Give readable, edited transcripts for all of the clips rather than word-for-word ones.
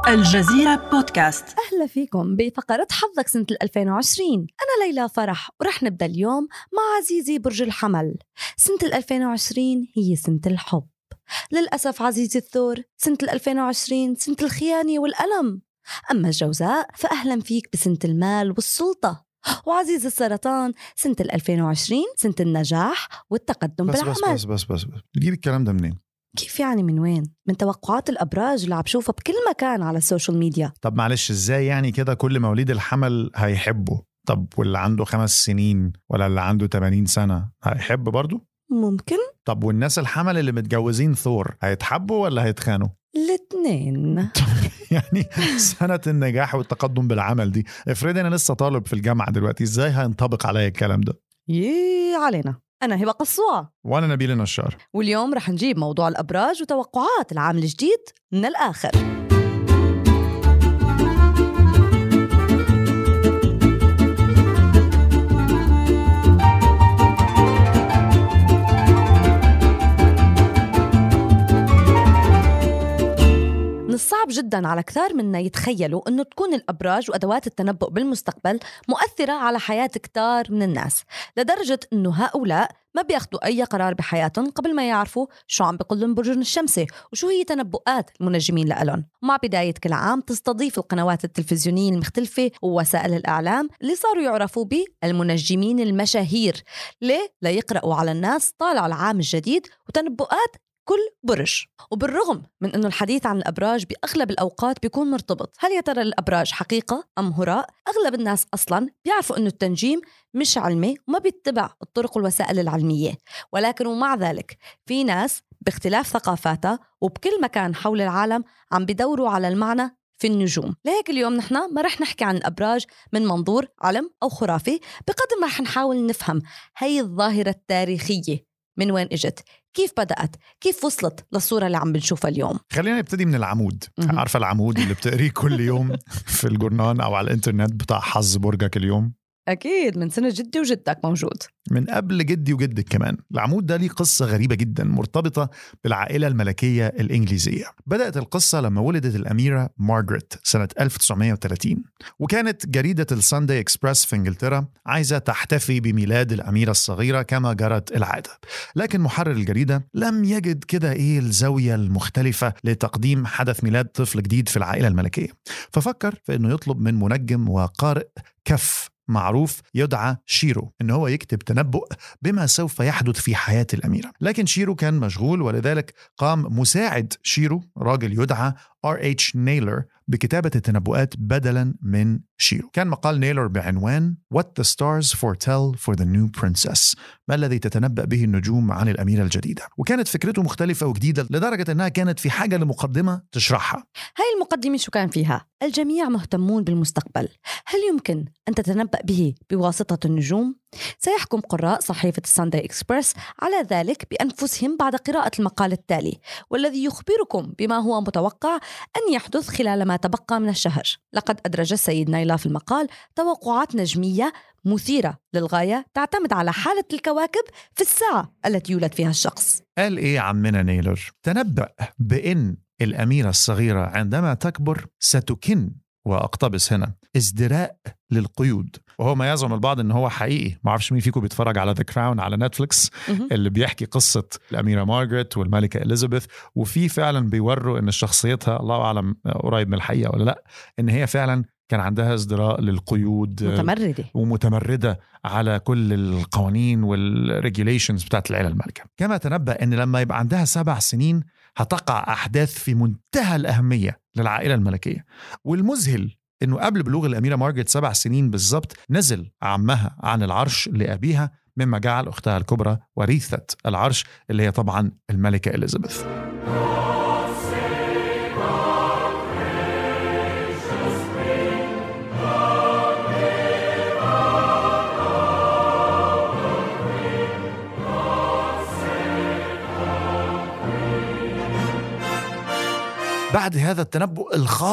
الجزيرة بودكاست. أهلا فيكم بفقرة حظك سنة 2020. أنا ليلى فرح ورح نبدأ اليوم مع عزيزي برج الحمل. سنة 2020 هي سنة الحب. للأسف عزيزي الثور، سنة 2020 سنة الخيانة والألم. أما الجوزاء فأهلا فيك بسنة المال والسلطة. وعزيز السرطان، سنة 2020 سنة النجاح والتقدم بالعمل. بس بتجيب الكلام ده منين؟ كيف يعني من وين؟ من توقعات الأبراج اللي عم بشوفها بكل مكان على السوشيال ميديا. طب معلش، ازاي يعني كده كل مواليد الحمل هيحبوا؟ طب واللي عنده 5 سنين ولا اللي عنده 80 سنة هيحب برضو؟ ممكن. طب والناس الحمل اللي متجوزين ثور هيتحبوا ولا هيتخانوا؟ الاثنين. يعني سنة النجاح والتقدم بالعمل دي، افرض انا لسه طالب في الجامعة دلوقتي، ازاي هينطبق عليا الكلام ده؟ علينا. أنا هبة قصوى وانا نبيل نشار، واليوم رح نجيب موضوع الأبراج وتوقعات العام الجديد من الآخر. من الصعب جدا على كثار منا يتخيلوا أنه تكون الأبراج وأدوات التنبؤ بالمستقبل مؤثرة على حياة كتار من الناس، لدرجة أنه هؤلاء ما بياخدوا أي قرار بحياتهم قبل ما يعرفوا شو عم بيقولن برجهم الشمسي وشو هي تنبؤات المنجمين لألون. ومع بداية كل عام تستضيف القنوات التلفزيونية المختلفة ووسائل الإعلام اللي صاروا يعرفوا بالمنجمين المشاهير. ليه؟ ليقرأوا على الناس طالع العام الجديد وتنبؤات كل برج. وبالرغم من أنه الحديث عن الأبراج بأغلب الأوقات بيكون مرتبط، هل يا ترى الأبراج حقيقة أم هراء؟ أغلب الناس أصلاً بيعرفوا أنه التنجيم مش علمي وما بيتبع الطرق والوسائل العلمية، ولكن ومع ذلك في ناس باختلاف ثقافاتها وبكل مكان حول العالم عم بيدوروا على المعنى في النجوم. لهيك اليوم نحن ما رح نحكي عن الأبراج من منظور علم أو خرافي، بقدر ما رح نحاول نفهم هاي الظاهرة التاريخية من وين اجت، كيف بدأت، كيف وصلت للصورة اللي عم بنشوفها اليوم. خلينا نبتدي من العمود. عارفة العمود اللي بتقريه كل يوم في الجورنال أو على الإنترنت بتاع حظ برجك اليوم؟ أكيد من سنة جدي وجدك موجود، من قبل جدي وجدك كمان. العمود ده ليه قصة غريبة جدا مرتبطة بالعائلة الملكية الإنجليزية. بدأت القصة لما ولدت الأميرة مارغريت سنة 1930، وكانت جريدة السانداي إكسبرس في إنجلترا عايزة تحتفي بميلاد الأميرة الصغيرة كما جرت العادة، لكن محرر الجريدة لم يجد كده الزاوية المختلفة لتقديم حدث ميلاد طفل جديد في العائلة الملكية، ففكر في أنه يطلب من منجم وقارئ كف معروف يدعى شيرو إن هو يكتب تنبؤ بما سوف يحدث في حياة الأميرة. لكن شيرو كان مشغول، ولذلك قام مساعد شيرو راجل يدعى R.H. نيلر بكتابة التنبؤات بدلاً من شيرو. كان مقال نيلر بعنوان What the Stars Foretell for the New Princess، ما الذي تتنبأ به النجوم عن الأميرة الجديدة. وكانت فكرته مختلفة وجديدة لدرجة أنها كانت في حاجة لمقدمة تشرحها. هاي المقدمة شو كان فيها؟ الجميع مهتمون بالمستقبل، هل يمكن أن تتنبأ به بواسطة النجوم؟ سيحكم قراء صحيفة السانداي إكسبرس على ذلك بأنفسهم بعد قراءة المقال التالي، والذي يخبركم بما هو متوقع أن يحدث خلال ما تبقى من الشهر. لقد أدرج السيد نايلا في المقال توقعات نجمية مثيرة للغاية تعتمد على حالة الكواكب في الساعة التي يولد فيها الشخص. قال إيه عمنا نيلر؟ تنبأ بأن الأميرة الصغيرة عندما تكبر ستكن، وأقتبس هنا، ازدراء للقيود. وهو ما يزعم البعض ان هو حقيقي. ما اعرفش مين فيكم بيتفرج على The Crown على نتفليكس اللي بيحكي قصة الأميرة مارغريت والملكة إليزابيث، وفي فعلا بيوروا ان شخصيتها الله أعلم قريب من الحقيقة ولا لا، ان هي فعلا كان عندها ازدراء للقيود، ومتمردة على كل القوانين والريجوليشنز بتاعت العيلة الملكة. كما تنبأ ان لما يبقى عندها 7 سنين هتقع أحداث في منتهى الأهمية للعائلة الملكية. والمذهل إنه قبل بلوغ الأميرة مارغريت 7 سنين بالضبط نزل عمها عن العرش لأبيها، مما جعل أختها الكبرى وريثة العرش اللي هي طبعا الملكة إليزابيث. بعد هذا التنبؤ الخارق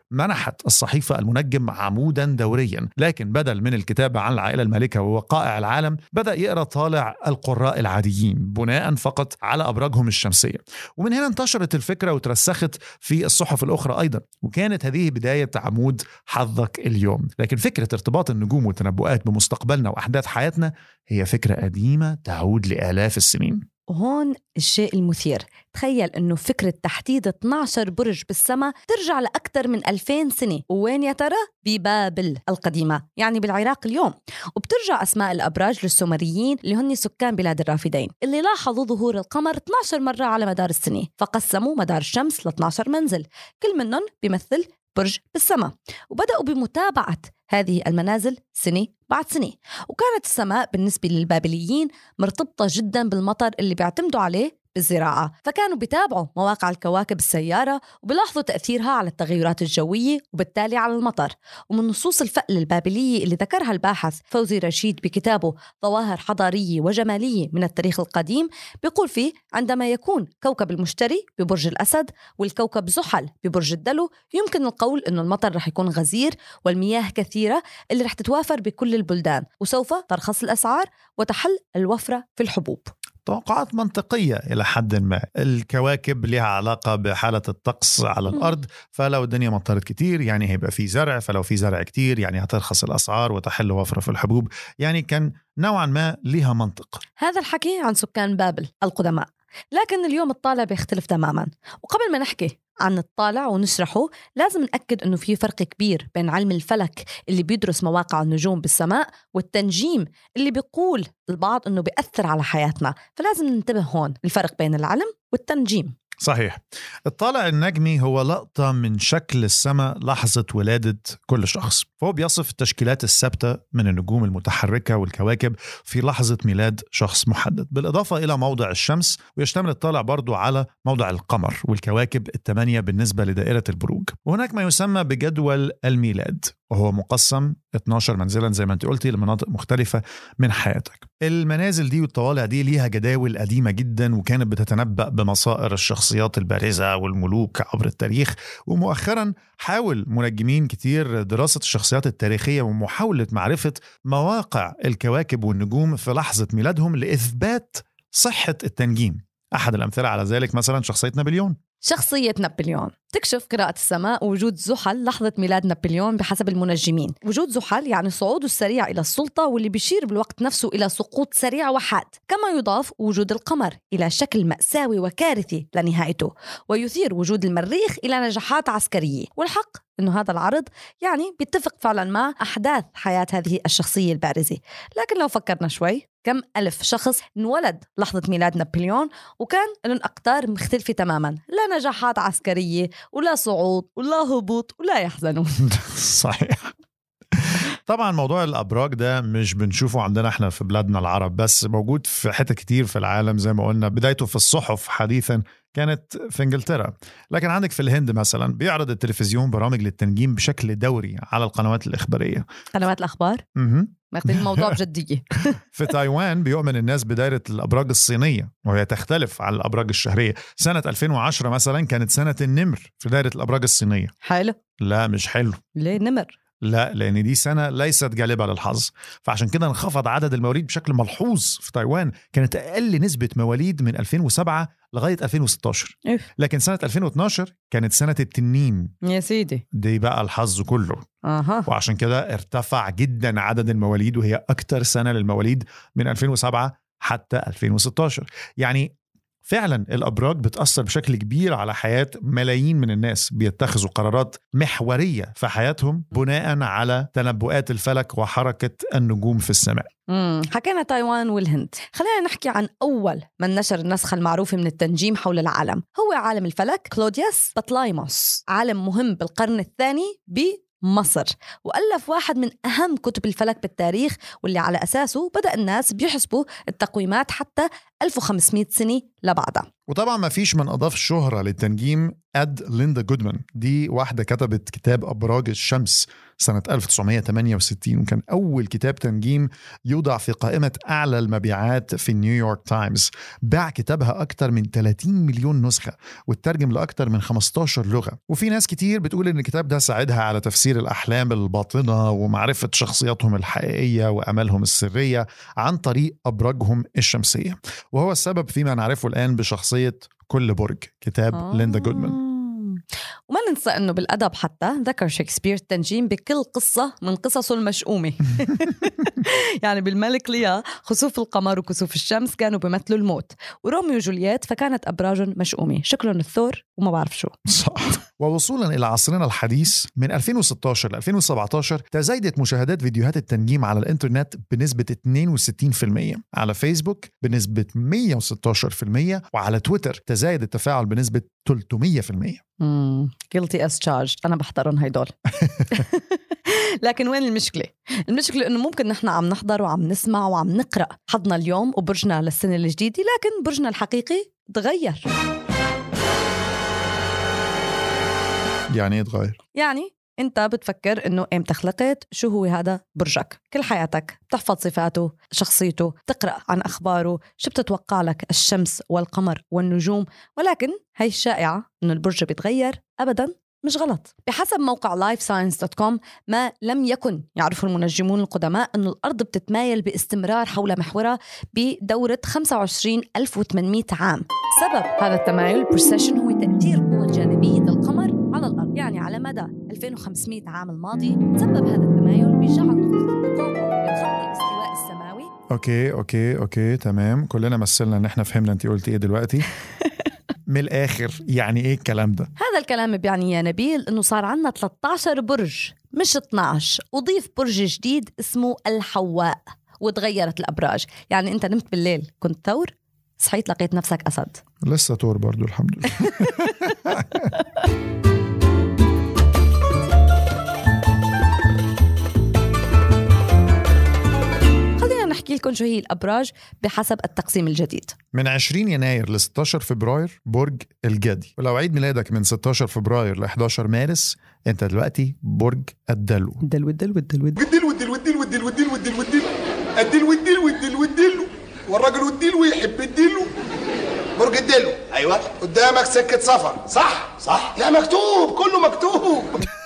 منحت الصحيفة المنجم عمودا دوريا، لكن بدل من الكتابة عن العائلة المالكة ووقائع العالم بدأ يقرأ طالع القراء العاديين بناء فقط على أبراجهم الشمسية. ومن هنا انتشرت الفكرة وترسخت في الصحف الأخرى أيضا، وكانت هذه بداية عمود حظك اليوم. لكن فكرة ارتباط النجوم والتنبؤات بمستقبلنا وأحداث حياتنا هي فكرة قديمة تعود لآلاف السنين. وهون الشيء المثير، تخيل أنه فكرة تحديد 12 برج بالسماء ترجع لأكثر من 2000 سنة. وين يا ترى؟ ببابل القديمة، يعني بالعراق اليوم. وبترجع أسماء الأبراج للسومريين اللي هن سكان بلاد الرافدين، اللي لاحظوا ظهور القمر 12 مرة على مدار السنة، فقسموا مدار الشمس ل 12 منزل، كل منهم بيمثل برج بالسماء، وبدأوا بمتابعة هذه المنازل سنة بعد سنة. وكانت السماء بالنسبة للبابليين مرتبطة جدا بالمطر اللي بيعتمدوا عليه بالزراعة، فكانوا بيتابعوا مواقع الكواكب السيارة وبيلاحظوا تأثيرها على التغيرات الجوية وبالتالي على المطر. ومن نصوص الفأل البابلية اللي ذكرها الباحث فوزي رشيد بكتابه ظواهر حضارية وجمالية من التاريخ القديم، بيقول فيه عندما يكون كوكب المشتري ببرج الأسد والكوكب زحل ببرج الدلو، يمكن القول أنه المطر رح يكون غزير والمياه كثيرة اللي رح تتوافر بكل البلدان، وسوف ترخص الأسعار وتحل الوفرة في الحبوب. توقعات منطقية إلى حد ما. الكواكب لها علاقة بحالة الطقس على الأرض، فلو الدنيا مطرت كتير يعني هيبقى في زرع، فلو في زرع كتير يعني هترخص الأسعار وتحل وفرة في الحبوب. يعني كان نوعا ما لها منطق. هذا الحكي عن سكان بابل القدماء، لكن اليوم الطالع بيختلف تماما. وقبل ما نحكي عن الطالع ونشرحه لازم نأكد أنه في فرق كبير بين علم الفلك اللي بيدرس مواقع النجوم بالسماء والتنجيم اللي بيقول البعض أنه بيأثر على حياتنا. فلازم ننتبه هون الفرق بين العلم والتنجيم. صحيح. الطالع النجمي هو لقطة من شكل السماء لحظة ولادة كل شخص، فهو بيصف التشكيلات الثابتة من النجوم المتحركة والكواكب في لحظة ميلاد شخص محدد، بالإضافة إلى موضع الشمس. ويشتمل الطالع برضو على موضع القمر والكواكب 8 بالنسبة لدائرة البروج. وهناك ما يسمى بجدول الميلاد، وهو مقسم 12 منزلا زي ما انت قلتي لمناطق مختلفة من حياتك. المنازل دي والطوالع دي ليها جداول قديمة جدا، وكانت بتتنبأ بمصائر الشخصيات البارزة والملوك عبر التاريخ. ومؤخرا حاول منجمين كتير دراسة الشخصيات التاريخية ومحاولة معرفة مواقع الكواكب والنجوم في لحظة ميلادهم لإثبات صحة التنجيم. أحد الأمثلة على ذلك مثلا شخصية نابليون. شخصية نابليون تكشف قراءة السماء وجود زحل لحظة ميلاد نابليون بحسب المنجمين. وجود زحل يعني صعوده السريع إلى السلطة، واللي بيشير بالوقت نفسه إلى سقوط سريع وحاد. كما يضاف وجود القمر إلى شكل مأساوي وكارثي لنهايته، ويثير وجود المريخ إلى نجاحات عسكرية. والحق إنه هذا العرض يعني بيتفق فعلا مع أحداث حياة هذه الشخصية البارزة. لكن لو فكرنا شوي، كم ألف شخص انولد لحظة ميلاد نابليون وكان لهم أقدار مختلفة تماما، لا نجاحات عسكرية ولا صعود ولا هبوط ولا يحزنون. صحيح. طبعا موضوع الأبراج ده مش بنشوفه عندنا احنا في بلادنا العرب بس، موجود في حتة كتير في العالم. زي ما قلنا بدايته في الصحف حديثا كانت في انجلترا، لكن عندك في الهند مثلا بيعرض التلفزيون برامج للتنجيم بشكل دوري على القنوات الإخبارية، قنوات الأخبار. ماخذين الموضوع بجدية. في تايوان بيؤمن الناس بدائرة الأبراج الصينية، وهي تختلف عن الأبراج الشهرية. سنة 2010 مثلا كانت سنة النمر في دائرة الأبراج الصينية. حلو؟ لا مش حلو. ليه نمر؟ لا، لأن دي سنة ليست جالبة للحظ، فعشان كده انخفض عدد المواليد بشكل ملحوظ في تايوان. كانت أقل نسبة مواليد من 2007 لغاية 2016. لكن سنة 2012 كانت سنة التنين يا سيدي، دي بقى الحظ كله. وعشان كده ارتفع جدا عدد المواليد، وهي أكتر سنة للمواليد من 2007 حتى 2016. يعني فعلا الأبراج بتأثر بشكل كبير على حياة ملايين من الناس، بيتخذوا قرارات محورية في حياتهم بناء على تنبؤات الفلك وحركة النجوم في السماء. حكينا تايوان والهند، خلينا نحكي عن أول من نشر النسخة المعروفة من التنجيم حول العالم. هو عالم الفلك كلوديوس بطلايموس، عالم مهم بالقرن الثاني مصر، وألف واحد من أهم كتب الفلك بالتاريخ، واللي على أساسه بدأ الناس بيحسبوا التقويمات حتى 1500 سنة لبعدها. وطبعا ما فيش من أضاف الشهرة للتنجيم قد ليندا جودمان. دي واحدة كتبت كتاب أبراج الشمس سنة 1968، وكان أول كتاب تنجيم يوضع في قائمة أعلى المبيعات في نيويورك تايمز. باع كتابها أكتر من 30 مليون نسخة وترجم لأكتر من 15 لغة. وفي ناس كتير بتقول إن الكتاب ده ساعدها على تفسير الأحلام الباطنة ومعرفة شخصياتهم الحقيقية وأمالهم السرية عن طريق أبراجهم الشمسية، وهو السبب فيما نعرفه الآن بشخصية كل برج، كتاب ليندا جودمان. وما ننسى أنه بالأدب حتى ذكر شكسبير التنجيم بكل قصة من قصصه المشؤومة. يعني بالملك ليا خسوف القمر وكسوف الشمس كانوا بيمثلوا الموت، وروميو وجولييت فكانت أبراجهم مشؤومة، شكلهم الثور وما بعرف شو. صح. ووصولا إلى عصرنا الحديث من 2016 ل 2017 تزايدت مشاهدات فيديوهات التنجيم على الإنترنت بنسبة 62%، على فيسبوك بنسبة 116%، وعلى تويتر تزايد التفاعل بنسبة 300%. guilty as charged. أنا بحضرهم هيدول. لكن وين المشكلة؟ المشكلة إنه ممكن نحن عم نحضر وعم نسمع وعم نقرأ حظنا اليوم وبرجنا للسنة الجديدة، لكن برجنا الحقيقي تغير. يعني يتغير؟ يعني انت بتفكر انه امتى خلقت، شو هو هذا برجك، كل حياتك بتحفظ صفاته، شخصيته، تقرأ عن أخباره، شو بتتوقع لك الشمس والقمر والنجوم. ولكن هاي الشائعة انه البرج بيتغير أبدا مش غلط. بحسب موقع lifescience.com ما لم يكن يعرفوا المنجمون القدماء أن الأرض بتتمايل باستمرار حول محورها بدورة 25,800 عام. سبب هذا التمايل البرسيشن هو تأثير قوة جاذبية القمر على الأرض. يعني على مدى 2500 عام الماضي سبب هذا التمايل بجعل نقطة التقاطع بين خط الاستواء السماوي. أوكي تمام، كلنا مثلنا إن إحنا فهمنا أنتي قلتي إيه دلوقتي. من الآخر يعني إيه الكلام ده؟ هذا الكلام بيعني يا نبيل إنه صار عنا 13 برج مش 12، وضيف برج جديد اسمه الحواء، وتغيرت الأبراج. يعني أنت نمت بالليل كنت ثور، صحيت لقيت نفسك أسد. لسه ثور برضو الحمد لله. نحكي لكم شو هي الأبراج بحسب التقسيم الجديد. من 20 يناير ل 16 فبراير برج الجدي، ولو عيد ميلادك من 16 فبراير ل 11 مارس انت دلوقتي برج الدلو. والراجل والدلو يحب الدلو. برج الدلو. ايوه قدامك سكة سفر. صح يا مكتوب، كله مكتوب.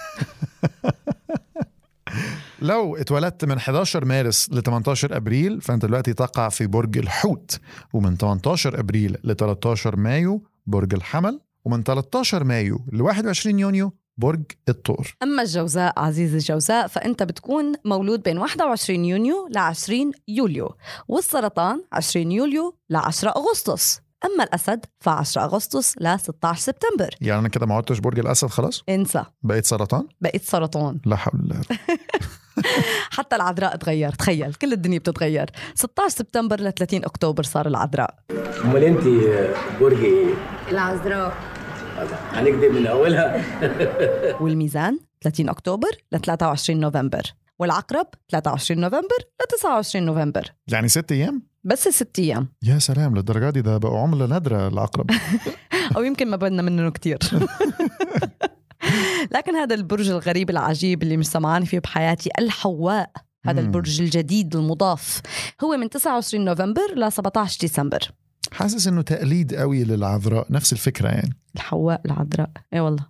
لو اتولدت من 11 مارس ل 18 أبريل فأنت دلوقتي تقع في برج الحوت، ومن 18 أبريل ل 13 مايو برج الحمل، ومن 13 مايو ل 21 يونيو برج الثور. أما الجوزاء عزيزي الجوزاء فأنت بتكون مولود بين 21 يونيو ل 20 يوليو، والسرطان 20 يوليو ل 10 أغسطس. أما الأسد ف10 أغسطس ل 16 سبتمبر. يعني أنا كده ما عدتش برج الأسد خلاص؟ انسى، بقيت سرطان. لا حول الله. حتى العذراء تغير، تخيل كل الدنيا بتتغير. 16 سبتمبر ل 30 أكتوبر صار العذراء. أمال أنت برج إيه؟ العذراء. هنكدب من أولها. والميزان 30 أكتوبر ل 23 نوفمبر، والعقرب 23 نوفمبر ل 29 نوفمبر. يعني 6 أيام؟ بس 6 أيام. يا سلام، للدرجة دي؟ ده بقوا عملة نادرة العقرب. أو يمكن ما بدنا منه كتير. لكن هذا البرج الغريب العجيب اللي مش سمعان فيه بحياتي، الحواء، هذا البرج الجديد المضاف، هو من 29 نوفمبر ل 17 ديسمبر. حاسس إنه تقليد قوي للعذراء، نفس الفكرة يعني. الحواء العذراء، ايه والله.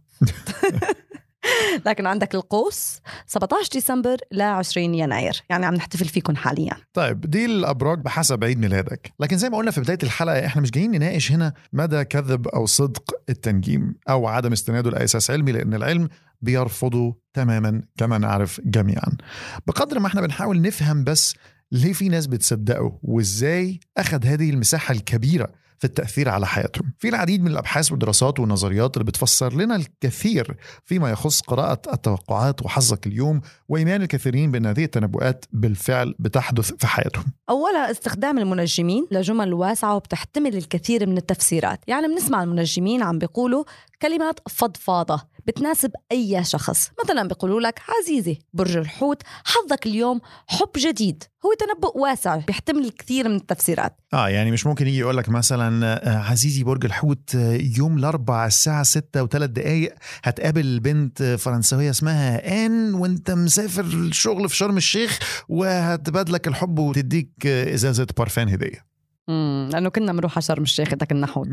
لكن عندك القوس 17 ديسمبر ل 20 يناير، يعني عم نحتفل فيكم حاليا. طيب دي الأبراج بحسب عيد ميلادك، لكن زي ما قلنا في بداية الحلقة احنا مش جايين نناقش هنا مدى كذب أو صدق التنجيم أو عدم استناده لأساس علمي، لأن العلم بيرفضه تماما كما نعرف جميعا. بقدر ما احنا بنحاول نفهم بس ليه في ناس بتصدقه وإزاي أخذ هذه المساحة الكبيرة في التأثير على حياتهم. في العديد من الأبحاث والدراسات والنظريات اللي بتفسر لنا الكثير فيما يخص قراءة التوقعات وحظك اليوم، وإيمان الكثيرين بأن هذه التنبؤات بالفعل بتحدث في حياتهم. أولا استخدام المنجمين لجمل واسعة وبتحتمل الكثير من التفسيرات. يعني بنسمع المنجمين عم بيقولوا كلمات فضفاضة بتناسب أي شخص. مثلا بيقولوا لك عزيزي برج الحوت حظك اليوم حب جديد. هو تنبؤ واسع بيحتمل الكثير من التفسيرات. يعني مش ممكن يجي يقول لك مثلا عزيزي برج الحوت يوم الأربعاء الساعة 6:03 هتقابل بنت فرنسوية اسمها آن وانت مسافر الشغل في شرم الشيخ وهتبادلك الحب وتديك إزازة بارفان هدية. لأنه كنا منروح على شرم الشيخ إذا كنا حوت.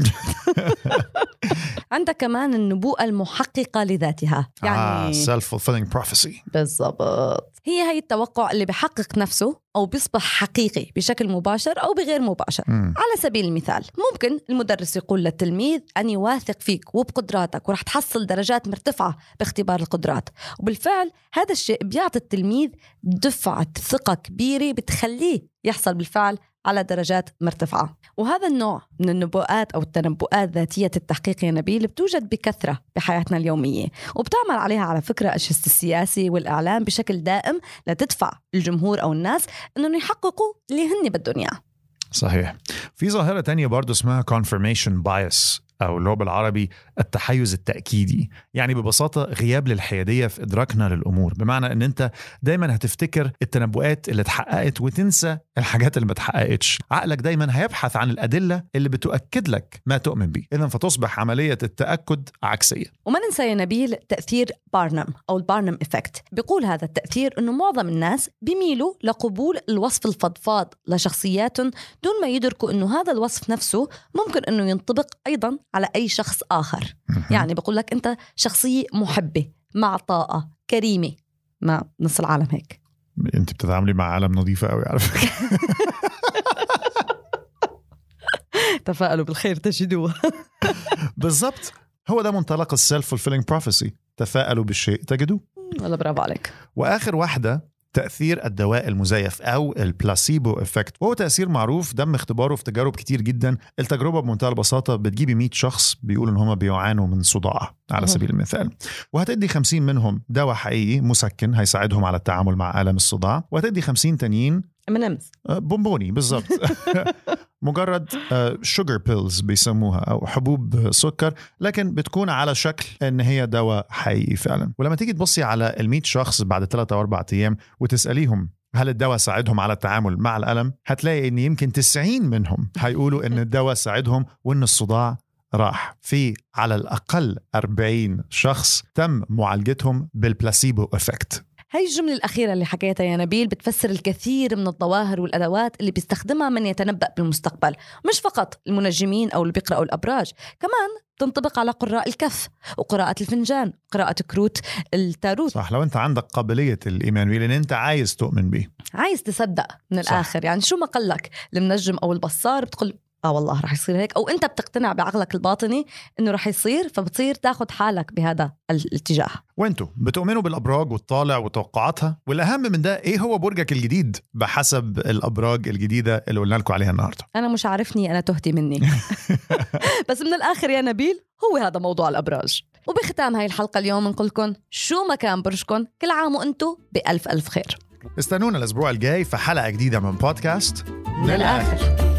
عندك كمان النبوءة المحققة لذاتها، يعني self-fulfilling prophecy. بالضبط، هي التوقع اللي بيحقق نفسه أو بيصبح حقيقي بشكل مباشر أو بغير مباشر. على سبيل المثال ممكن المدرس يقول للتلميذ أني واثق فيك وبقدراتك ورح تحصل درجات مرتفعة باختبار القدرات، وبالفعل هذا الشيء بيعطي التلميذ دفعة ثقة كبيرة بتخليه يحصل بالفعل على درجات مرتفعة. وهذا النوع من النبوءات أو التنبؤات ذاتية التحقيق يا نبيل بتوجد بكثرة بحياتنا اليومية، وبتعمل عليها على فكرة أجهزة السياسي والإعلام بشكل دائم لتدفع الجمهور أو الناس أنهم يحققوا اللي هن بدهم إياه. صحيح. في ظاهرة تانية برضو اسمها confirmation bias أو اللي هو بالعربي التحيز التأكيدي. يعني ببساطة غياب للحيادية في إدراكنا للأمور، بمعنى أن أنت دايما هتفتكر التنبؤات اللي اتحققت وتنسى الحاجات اللي ما اتحققتش. عقلك دايما هيبحث عن الأدلة اللي بتؤكد لك ما تؤمن به، إذن فتصبح عملية التأكد عكسية. وما ننسى يا نبيل تأثير بارنم أو البارنم إفكت. بيقول هذا التأثير أنه معظم الناس بيميلوا لقبول الوصف الفضفاض لشخصياتهم دون ما يدركوا أنه هذا الوصف نفسه ممكن أنه ينطبق أيضا على أي شخص آخر. يعني بقول لك أنت شخصية محبة معطاءة كريمة، ما نص العالم هيك. أنت بتتعاملي مع عالم نظيفة أوي على فكرة. تفائلوا بالخير تجدوه. بالضبط، هو ده منطلق self-fulfilling prophecy. تفائلوا بالشيء تجدوه. والله برافو عليك. وآخر واحدة تأثير الدواء المزيف أو البلاسيبو إفكت، وهو تأثير معروف تم اختباره في تجارب كتير جدا. التجربة بمنتهى البساطة بتجيبي 100 شخص بيقولوا إن هم بيعانوا من صداع على سبيل المثال، وهتدي 50 منهم دواء حقيقي مسكن هيساعدهم على التعامل مع ألم الصداع، وهتدي 50 تانيين منمز بونبوني بالضبط. مجرد sugar pills بيسموها أو حبوب سكر، لكن بتكون على شكل إن هي دواء حقيقي فعلا. ولما تيجي تبصي على 100 شخص بعد 3 أو 4 أيام وتسأليهم هل الدواء ساعدهم على التعامل مع الألم، هتلاقي إن يمكن 90 منهم هيقولوا إن الدواء ساعدهم وإن الصداع راح. في على الأقل 40 شخص تم معالجتهم بالبلاسيبو إفكت. هاي الجملة الأخيرة اللي حكيتها يا نبيل بتفسر الكثير من الظواهر والأدوات اللي بيستخدمها من يتنبأ بالمستقبل. مش فقط المنجمين أو اللي بيقرأوا الأبراج، كمان تنطبق على قراء الكف وقراءة الفنجان، قراءة كروت التاروت. صح، لو أنت عندك قابلية الإيمان لأن أنت عايز تؤمن به، عايز تصدق من صح. الآخر، يعني شو ما قلك المنجم أو البصار بتقول والله رح يصير هيك، أو أنت بتقتنع بعقلك الباطني إنه رح يصير، فبتصير تاخد حالك بهذا الاتجاه. وانتوا بتؤمنوا بالأبراج والطالع وتوقعاتها؟ والأهم من ده إيه هو برجك الجديد بحسب الأبراج الجديدة اللي قلنا لكم عليها النهاردة؟ أنا مش عارفني، أنا تهتي مني. بس من الآخر يا نبيل هو هذا موضوع الأبراج. وبختام هاي الحلقة اليوم نقول لكم شو ما كان برجكم كل عام وأنتوا بألف ألف خير. استنونا الأسبوع الجاي في حلقة جديدة من بودكاست من الآخر.